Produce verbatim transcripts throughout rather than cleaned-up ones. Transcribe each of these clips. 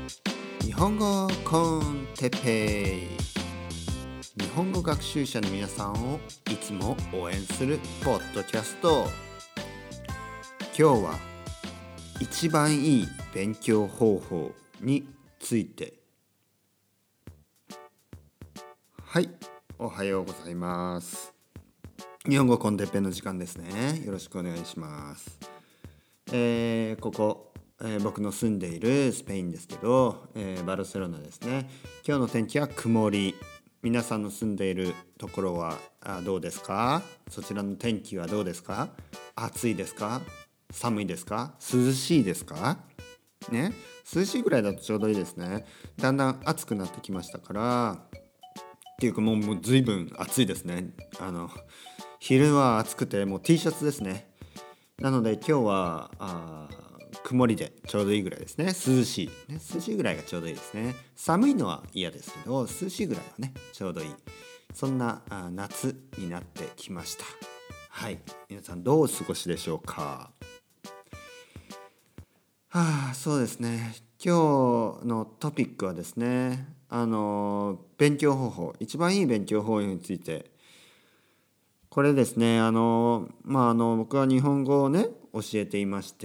日本語コンテッペイ、日本語学習者の皆さんをいつも応援するポッドキャスト。今日は一番いい勉強方法について。はい、おはようございます。日本語コンテッペイの時間ですね。よろしくお願いします。えー、ここえー、僕の住んでいるスペインですけど、えー、バルセロナですね。今日の天気は曇り。皆さんの住んでいるところはあどうですか？そちらの天気はどうですか？暑いですか？寒いですか？涼しいですか？ね、涼しいぐらいだとちょうどいいですね。だんだん暑くなってきましたからっていうかもう、もう随分暑いですね。あの昼は暑くてもう T シャツですね。なので今日はあ曇りでちょうどいいぐらいですね。涼しい、ね、涼しいぐらいがちょうどいいですね。寒いのは嫌ですけど、涼しいぐらいはねちょうどいい。そんなあ夏になってきました。はい、皆さんどうお過ごしでしょうか？はあ、そうですね。今日のトピックはですね、あの勉強方法、一番いい勉強方法について。これですね、あのまああの僕は日本語をね教えていまして。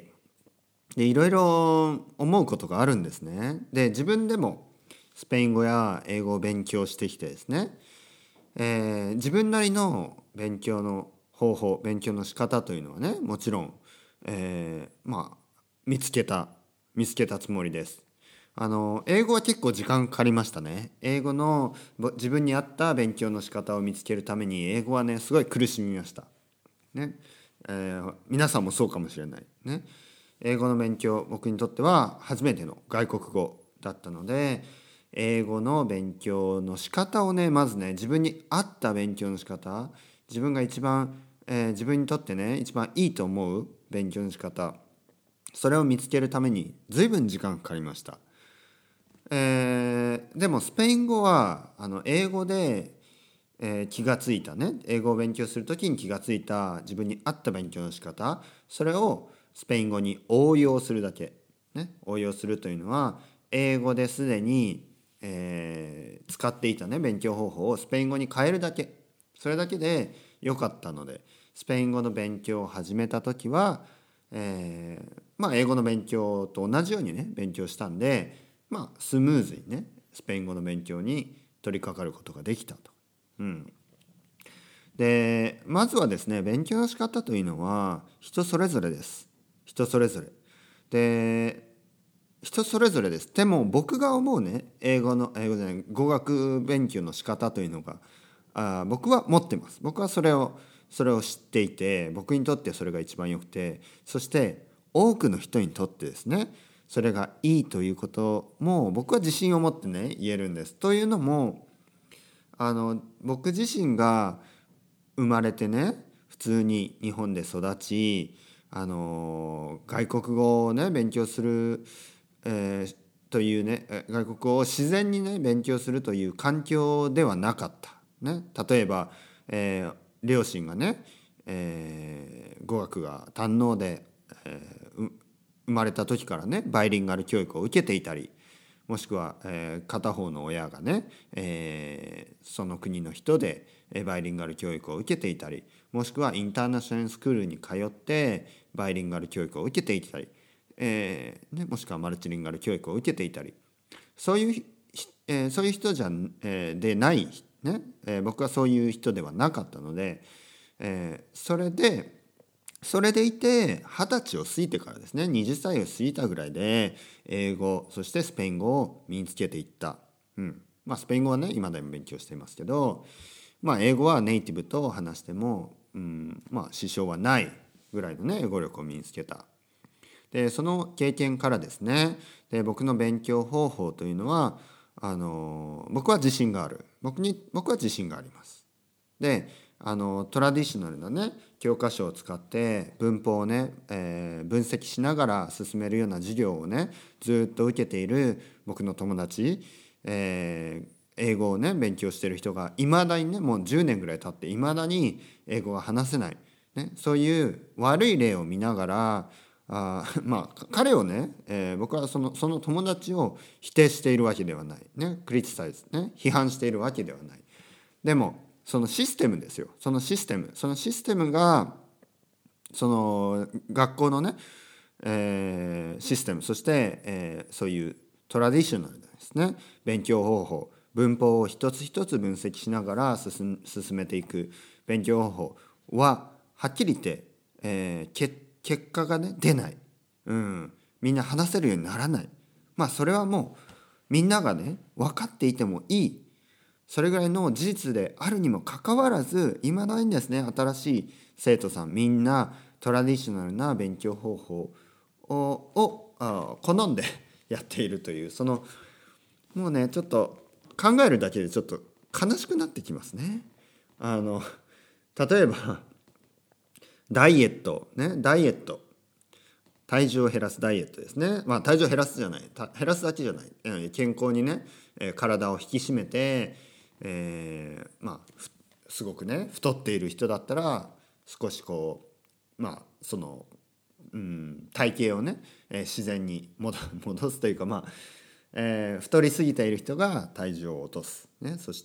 でいろいろ思うことがあるんですね。で自分でもスペイン語や英語を勉強してきてですね、えー自分なりの勉強の方法、勉強の仕方というのはねもちろん、えーまあ見つけた見つけたつもりです。あの英語は結構時間かかりましたね。英語のぼ自分に合った勉強の仕方を見つけるために英語はねすごい苦しみましたね。えー皆さんもそうかもしれないね。英語の勉強、僕にとっては初めての外国語だったので、英語の勉強の仕方をねまずね自分に合った勉強の仕方、自分が一番、えー自分にとってね一番いいと思う勉強の仕方、それを見つけるために随分時間かかりました。えーでもスペイン語はあの英語で、えー気がついたね、英語を勉強するときに気がついた自分に合った勉強の仕方、それをスペイン語に応用するだけ、ね、応用するというのは英語ですでに、えー使っていたね勉強方法をスペイン語に変えるだけ、それだけで良かったので、スペイン語の勉強を始めた時は、えーまあ英語の勉強と同じようにね勉強したんで、まあスムーズにねスペイン語の勉強に取り掛かることができたと。うん、でまずはですね勉強の仕方というのは人それぞれです。人それぞれで人それぞれです。でも僕が思うね英語の英語じゃない語学勉強の仕方というのがあ僕は持ってます。僕はそれをそれを知っていて、僕にとってそれが一番良くて、そして多くの人にとってですねそれがいいということも僕は自信を持ってね言えるんです。というのもあの僕自身が生まれてね普通に日本で育ち、あの外国語をね勉強する、えーというねえ外国語を自然にね勉強するという環境ではなかった、ね、例えば、えー両親がね、えー語学が堪能で、えーう生まれた時からねバイリンガル教育を受けていたり、もしくは、えー片方の親がね、えーその国の人でえーバイリンガル教育を受けていたり、もしくはインターナショナルスクールに通ってバイリンガル教育を受けていたり、えーね、もしくはマルチリンガル教育を受けていたり、そういうひ、えーそういう人じゃ、えーでないね、えー僕はそういう人ではなかったので、えーそれでそれでいて二十歳を過ぎてからですね、はたちを過ぎたぐらいで英語そしてスペイン語を身につけていった。うん、まあスペイン語はね今でも勉強していますけど、まあ英語はネイティブと話しても、うん、まあ支障はないぐらいのね英語力を身につけた。でその経験からですね、で僕の勉強方法というのはあの僕は自信がある。僕に僕は自信があります。であのトラディショナルなね教科書を使って文法をね、えー分析しながら進めるような授業をねずっと受けている僕の友達、えー英語をね勉強している人がいまだにねもうじゅうねんぐらい経っていまだに英語が話せない、ね、そういう悪い例を見ながらあまあ彼をね、えー、僕はそのその友達を否定しているわけではないね、クリティサイズね、批判しているわけではない。でもそのシステムですよ。そのシステムそのシステムがその学校のね、えー、システム、そして、えー、そういうトラディショナルですね、勉強方法、文法を一つ一つ分析しながら進進めていく勉強方法ははっきり言って、えー、け結果がね出ない、うん、みんな話せるようにならない。まあそれはもうみんながね分かっていてもいい、それぐらいの事実であるにもかかわらず、いまだにですね新しい生徒さんみんなトラディショナルな勉強方法ををあ好んでやっているという、そのもうねちょっと考えるだけでちょっと悲しくなってきますね。あの例えばダイエットね、ダイエット体重を減らすダイエットですね。まあ体重を減らすじゃない、減らすだけじゃない、健康にね体を引き締めて、えー、まあすごくね太っている人だったら少しこうまあその、うん、体型をね、えー、自然に戻戻すというか、まあ、えー、太りすぎている人が体重を落とす、ね、そして、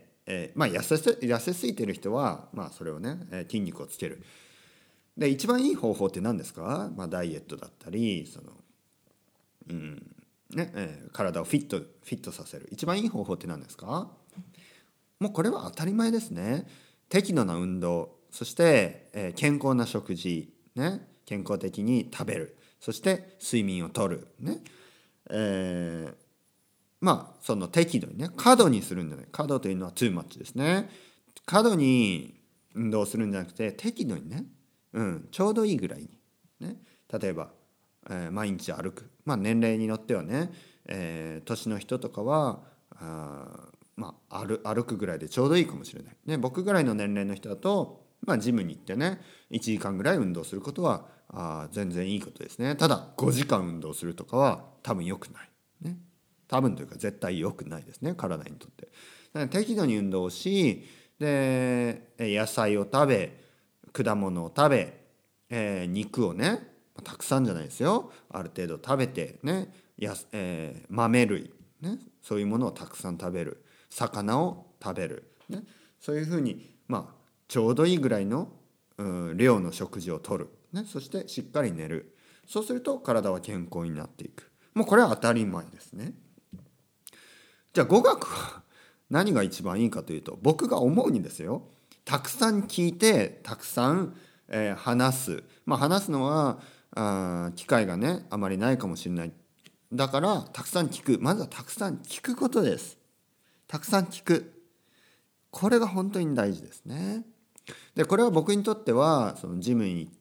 えーまあ、痩せ痩せすぎている人は、まあ、それをね、えー、筋肉をつける。で一番いい方法って何ですか？まあ、ダイエットだったりその、うんねえー、体をフィットフィットさせる一番いい方法って何ですか？もうこれは当たり前ですね。適度な運動、そして、えー、健康な食事、ね、健康的に食べる、そして睡眠をとる、ねえー、まあその適度にね、過度にするんじゃない、過度というのは too much ですね。過度に運動するんじゃなくて適度にね、うん、ちょうどいいぐらいに、ね、例えば、えー、毎日歩く、まあ、年齢によってはね、えー、年の人とかはあ、まあ、歩, 歩くぐらいでちょうどいいかもしれない、ね、僕ぐらいの年齢の人だと、まあ、ジムに行ってねいちじかんぐらい運動することはあ全然いいことですね。ただごじかん運動するとかは多分良くない、ね、多分というか絶対良くないですね、体にとって。だから適度に運動をし、で野菜を食べ果物を食べ、えー、肉をねたくさんじゃないですよ、ある程度食べてね、や、えー、豆類、ね、そういうものをたくさん食べる、魚を食べる、ね、そういうふうに、まあ、ちょうどいいぐらいの、うん、量の食事をとる、ね、そしてしっかり寝る。そうすると体は健康になっていく。もうこれは当たり前ですね。じゃあ語学は何が一番いいかというと、僕が思うにですよ、たくさん聞いてたくさん、えー話す、まあ、話すのはあ機会がねあまりないかもしれない。だからたくさん聞く、まずはたくさん聞くことです。たくさん聞く、これが本当に大事ですね。でこれは僕にとってはそのジムに行って、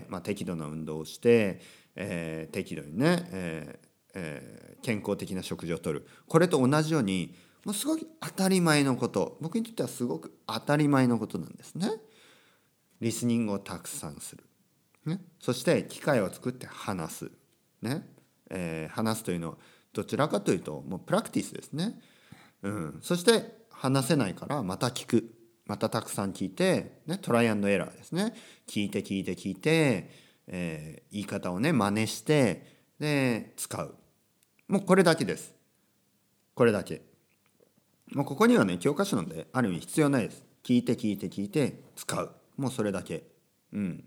まあ、適度な運動をして、えー適度にね、えーえー健康的な食事をとる、これと同じようにもうすごく当たり前のこと、僕にとってはすごく当たり前のことなんですね。リスニングをたくさんする、ね、そして機会を作って話す、ねえー話すというのはどちらかというともうプラクティスですね。うん、そして話せないからまた聞く、またたくさん聞いて、ね、トライアンドエラーですね。聞いて聞いて聞いて、えー言い方をね真似してで使う。もうこれだけです。これだけ。もうここにはね教科書なんである意味必要ないです。聞いて聞いて聞いて使う、もうそれだけ。うん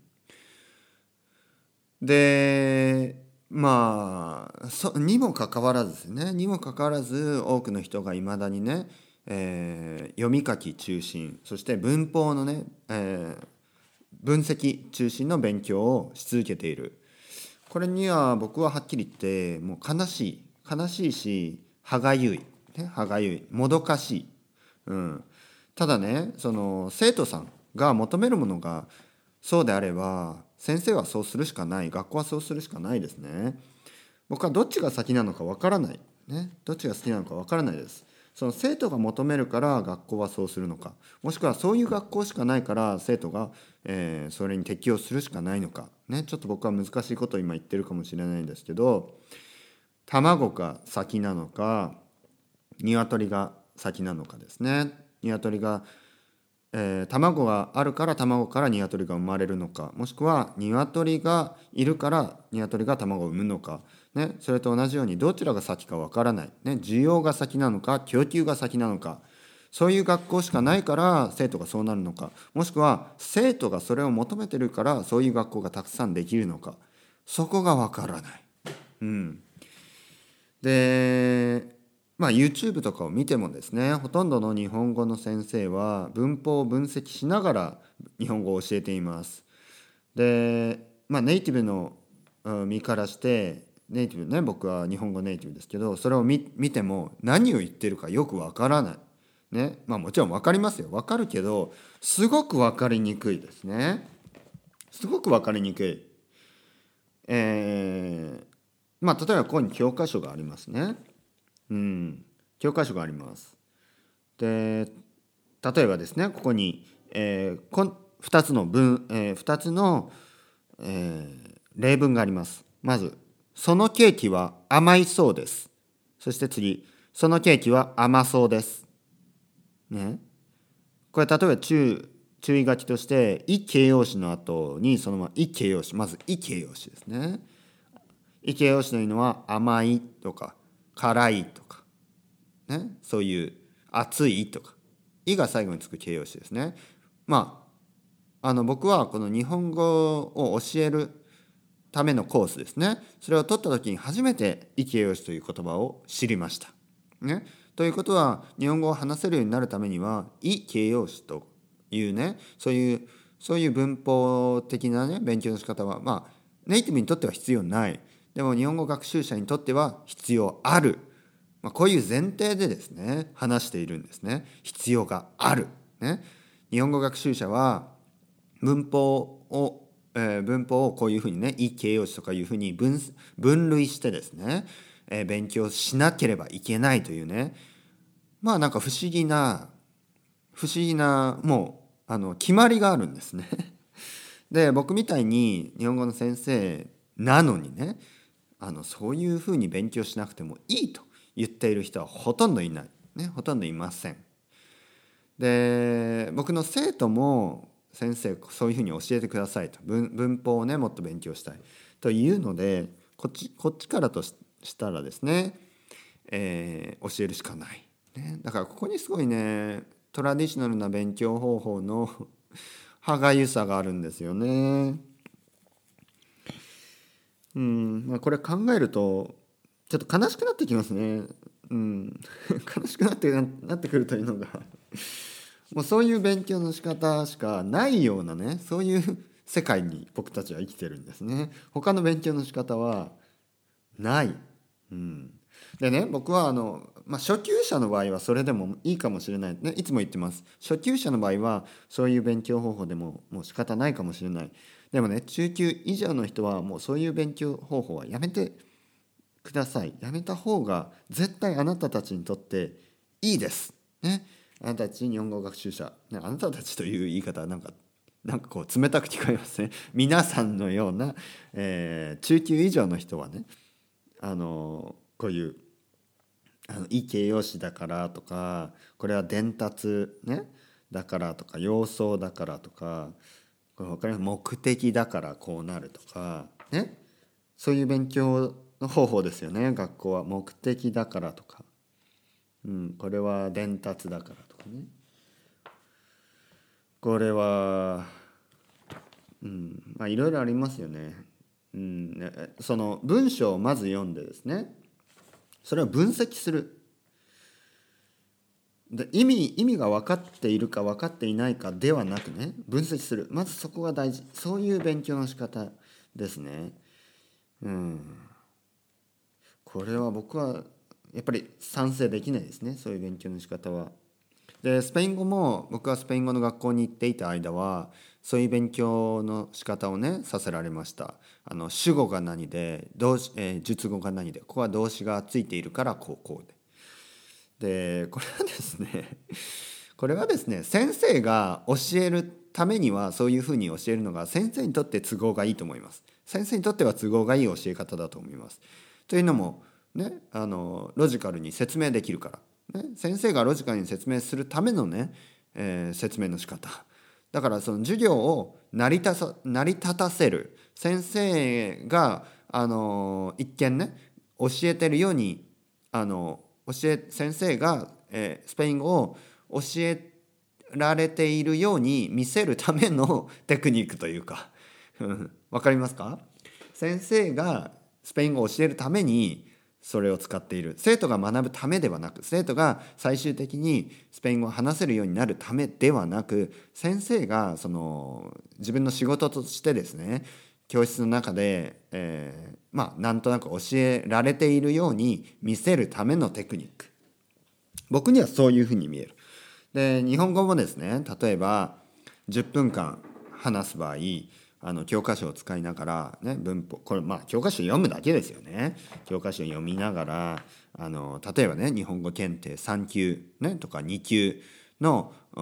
でまあそにもかかわらずですね、にもかかわらず多くの人がいまだにね、えー読み書き中心、そして文法のね、えー分析中心の勉強をし続けている。これには僕ははっきり言ってもう悲しい悲しいし歯がゆい、ね、歯がゆい、もどかしい、うん、ただねその生徒さんが求めるものがそうであれば先生はそうするしかない、学校はそうするしかないですね。僕はどっちが先なのかわからない、ね、どっちが好きなのかわからないです。その生徒が求めるから学校はそうするのか、もしくはそういう学校しかないから生徒が、えーそれに適応するしかないのか、ね、ちょっと僕は難しいことを今言ってるかもしれないんですけど、卵が先なのか鶏が先なのかですね。鶏がえー卵があるから卵から鶏が生まれるのか、もしくは鶏がいるから鶏が卵を産むのか、ね、それと同じようにどちらが先かわからない、ね、需要が先なのか供給が先なのか、そういう学校しかないから生徒がそうなるのか、もしくは生徒がそれを求めてるからそういう学校がたくさんできるのか、そこがわからない。うん、で、まあ YouTube とかを見てもですね、ほとんどの日本語の先生は文法を分析しながら日本語を教えています。で、まあネイティブのうん身からして、ネイティブね、僕は日本語ネイティブですけど、それを見、見ても何を言ってるかよくわからない。ね、まあもちろんわかりますよ。わかるけど、すごくわかりにくいですね。すごくわかりにくい。えー、まあ例えばここに教科書がありますね。うん、教科書があります。で、例えばですね、ここに、えー、こんふたつの文、えー、ふたつの、えー例文があります。まず、そのケーキは甘いそうです。そして次、そのケーキは甘そうです。ね。これ例えば注注意書きとして、い形容詞の後にそのままい形容詞、まずい形容詞ですね。い形容詞というのは甘いとか辛いとか、ね、そういう熱いとか、いが最後につく形容詞ですね。まあ、あの僕はこの日本語を教えるためのコースですね。それを取った時に初めてい形容詞という言葉を知りました。ね。ということは日本語を話せるようになるためにはい形容詞というね、そういうそういう文法的なね勉強の仕方はまあネイティブにとっては必要ない。でも日本語学習者にとっては必要ある。まあ、こういう前提でですね話しているんですね。必要がある。ね。日本語学習者は文法を、えー文法をこういうふうにね、い形容詞とかいうふうに分分類してですね、えー勉強しなければいけないというね、まあなんか不思議な不思議なもうあの決まりがあるんですね。で、僕みたいに日本語の先生なのにね、あのそういうふうに勉強しなくてもいいと言っている人はほとんどいない、ね、ほとんどいません。で、僕の生徒も先生そういうふうに教えてくださいと、文、文法をねもっと勉強したいというので、こっちこっちからとししたらですね、えー教えるしかない、ね、だからここにすごいねトラディショナルな勉強方法の歯がゆさがあるんですよね。うん、まあ、これ考えるとちょっと悲しくなってきますね。うん、悲しくなってななってくるというのがもうそういう勉強の仕方しかないようなね、そういう世界に僕たちは生きてるんですね。他の勉強の仕方はない。うん、でね、僕はあの、まあ、初級者の場合はそれでもいいかもしれない、ね、いつも言ってます。初級者の場合はそういう勉強方法でももう仕方ないかもしれない。でもね、中級以上の人はもうそういう勉強方法はやめてください。やめた方が絶対あなたたちにとっていいです。ね。あなたたち日本語学習者、ね、あなたたちという言い方はなんかなんかこう冷たく聞こえますね。皆さんのような、えー中級以上の人はね、あのこういうあのいい形容詞だからとか、これは伝達ねだからとか、様相だからとか、これ他に目的だからこうなるとかね、そういう勉強の方法ですよね。学校は目的だからとか、うん、これは伝達だからとかね、これは、うん、まあいろいろありますよね。うん、ねその文章をまず読んでですね、それを分析する。で意味意味が分かっているか分かっていないかではなくね、分析する、まずそこが大事。そういう勉強の仕方ですね。うん、これは僕はやっぱり賛成できないですね、そういう勉強の仕方は。でスペイン語も僕はスペイン語の学校に行っていた間はそういう勉強の仕方をねさせられました。あの主語が何で動詞、えー述語が何で、ここは動詞がついているからこうこうで。でこれはですねこれはですね先生が教えるためにはそういうふうに教えるのが先生にとって都合がいいと思います。先生にとっては都合がいい教え方だと思います。というのもね、あのロジカルに説明できるから、ね、先生がロジカルに説明するためのねえー、説明の仕方だから、その授業を成り立た成り立たせる先生が、あの一見ね教えてるように、あの教え先生が、えー、スペイン語を教えられているように見せるためのテクニックというかわかりますか？先生がスペイン語を教えるためにそれを使っている。生徒が学ぶためではなく、生徒が最終的にスペイン語を話せるようになるためではなく、先生がその自分の仕事としてですね、教室の中で、えー、まあなんとなく教えられているように見せるためのテクニック。僕にはそういうふうに見える。で、日本語もですね、例えばじゅっぷんかん話す場合、あの教科書を使いながら、ね、文法、これまあ教科書読むだけですよね。教科書読みながら、あの例えばね、日本語検定さん級、ね、とかに級の、うん、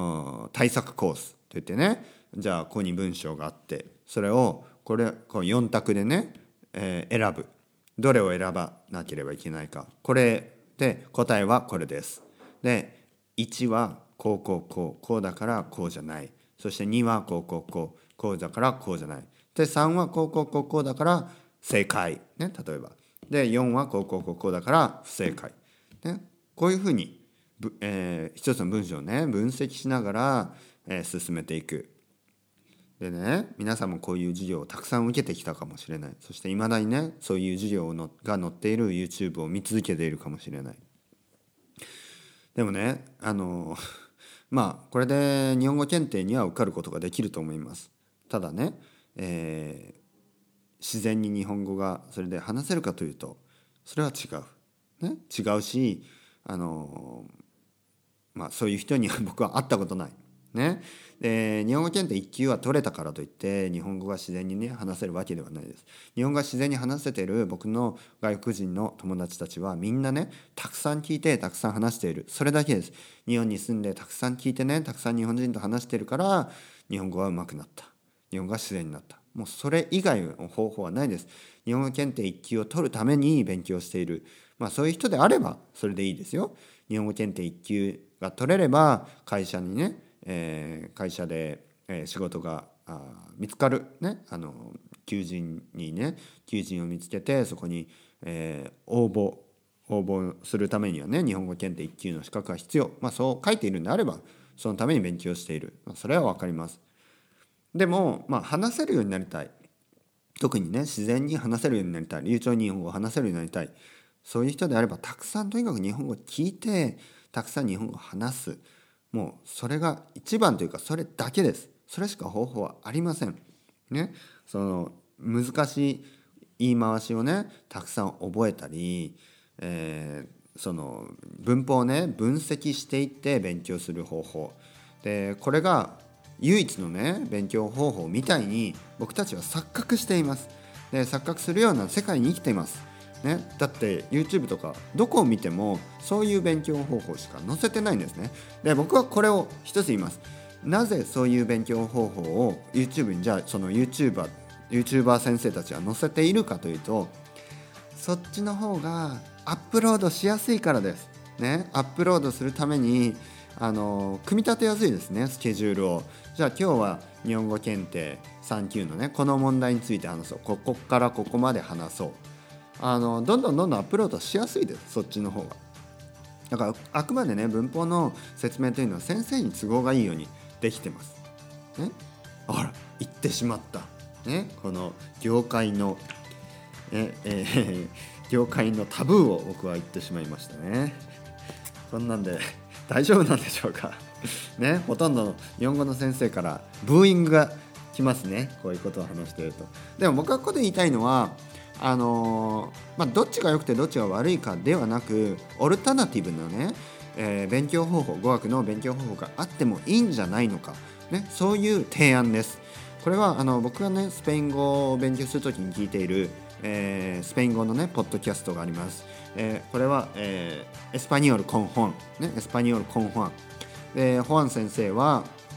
対策コースといってね、じゃあここに文章があって、それをこれこうよん択でね、えー、選ぶ。どれを選ばなければいけないか。これで答えはこれです。で、いちはこうこうこうこうだからこうじゃない。そしてにはこうこうこうこうだからこうじゃない。で、さんはこうこうこうこうだから正解。ね、例えば。で、よんはこうこうこうこうだから不正解。ね、こういうふうに、えー、一つの文章をね、分析しながら、えー、進めていく。でね、皆さんもこういう授業をたくさん受けてきたかもしれない。そしていまだにね、そういう授業のが載っている YouTube を見続けているかもしれない。でもね、あのまあこれで日本語検定には受かることができると思います。ただね、えー、自然に日本語がそれで話せるかというと、それは違う、ね、違うし、あのまあそういう人には僕は会ったことない。ね、で日本語検定いっ級は取れたからといって日本語が自然にね話せるわけではないです。日本語が自然に話せている僕の外国人の友達たちはみんなね、たくさん聞いてたくさん話している、それだけです。日本に住んでたくさん聞いてね、たくさん日本人と話しているから日本語は上手くなった、日本語が自然になった。もうそれ以外の方法はないです。日本語検定いっ級を取るために勉強している、まあそういう人であればそれでいいですよ。日本語検定いっ級が取れれば会社にね、えー、会社で、えー、仕事があ見つかる、ね、あの求人にね求人を見つけてそこに、えー、応募応募するためにはね日本語検定いっ級の資格が必要、まあ、そう書いているんであればそのために勉強している、まあ、それは分かります。でも、まあ、話せるようになりたい、特にね自然に話せるようになりたい、流暢に日本語を話せるようになりたい、そういう人であればたくさんとにかく日本語を聞いてたくさん日本語を話す、もうそれが一番というかそれだけです。それしか方法はありません。ね、その難しい言い回しをねたくさん覚えたり、えー、その文法をね分析していって勉強する方法で、これが唯一のね勉強方法みたいに僕たちは錯覚しています。で、錯覚するような世界に生きています。ね、だって YouTube とかどこを見てもそういう勉強方法しか載せてないんですね。で、僕はこれを一つ言います。なぜそういう勉強方法を YouTube にじゃあその YouTuber, YouTuber 先生たちは載せているかというと、そっちの方がアップロードしやすいからです。ね、アップロードするためにあの組み立てやすいですね、スケジュールを。じゃあ今日は日本語検定さん級のねこの問題について話そう、ここからここまで話そう、あのどんどんどんどんアップロードしやすいです、そっちの方が。だからあくまでね文法の説明というのは先生に都合がいいようにできてます、ね、あら言ってしまった、ね、この業界の、ねえー、業界のタブーを僕は言ってしまいましたね。こんなんで大丈夫なんでしょうかね、ほとんどの日本語の先生からブーイングが来ますね、こういうことを話していると。でも僕がここで言いたいのはあのーまあ、どっちが良くてどっちが悪いかではなく、オルタナティブなね、えー、勉強方法、語学の勉強方法があってもいいんじゃないのか、ね、そういう提案です。これはあの僕がねスペイン語を勉強するときに聞いている、えー、スペイン語のねポッドキャストがあります。えー、これは、えー、エスパニオルコンホン、ね、エスパニオルコンホンで、ホアン先生は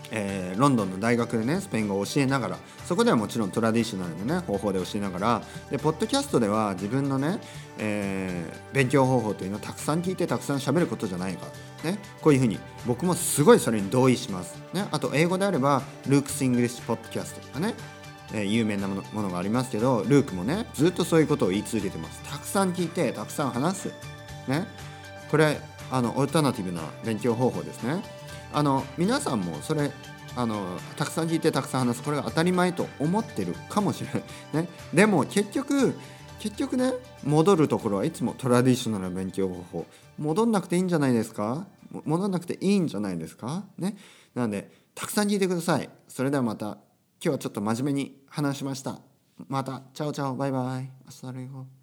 えーロンドンの大学でねスペイン語を教えながら、そこではもちろんトラディショナルな、ね、方法で教えながら、でポッドキャストでは自分のね、えー勉強方法というのをたくさん聞いてたくさん喋ることじゃないか、ね、こういうふうに僕もすごいそれに同意します、ね、あと英語であればルークス・イングリッシュ・ポッドキャストとかね、えー有名なもの、ものがありますけど、ルークもねずっとそういうことを言い続けてます。たくさん聞いてたくさん話す、ね、これあのオルタナティブな勉強方法ですね。あの皆さんもそれあのたくさん聞いてたくさん話す、これが当たり前と思ってるかもしれない、ね、でも結局結局ね戻るところはいつもトラディショナルな勉強方法、戻んなくていいんじゃないですか。戻んなくていいんじゃないですかね。なのでたくさん聞いてください。それではまた。今日はちょっと真面目に話しました。またチャオチャオバイバイ。アスタルゴ。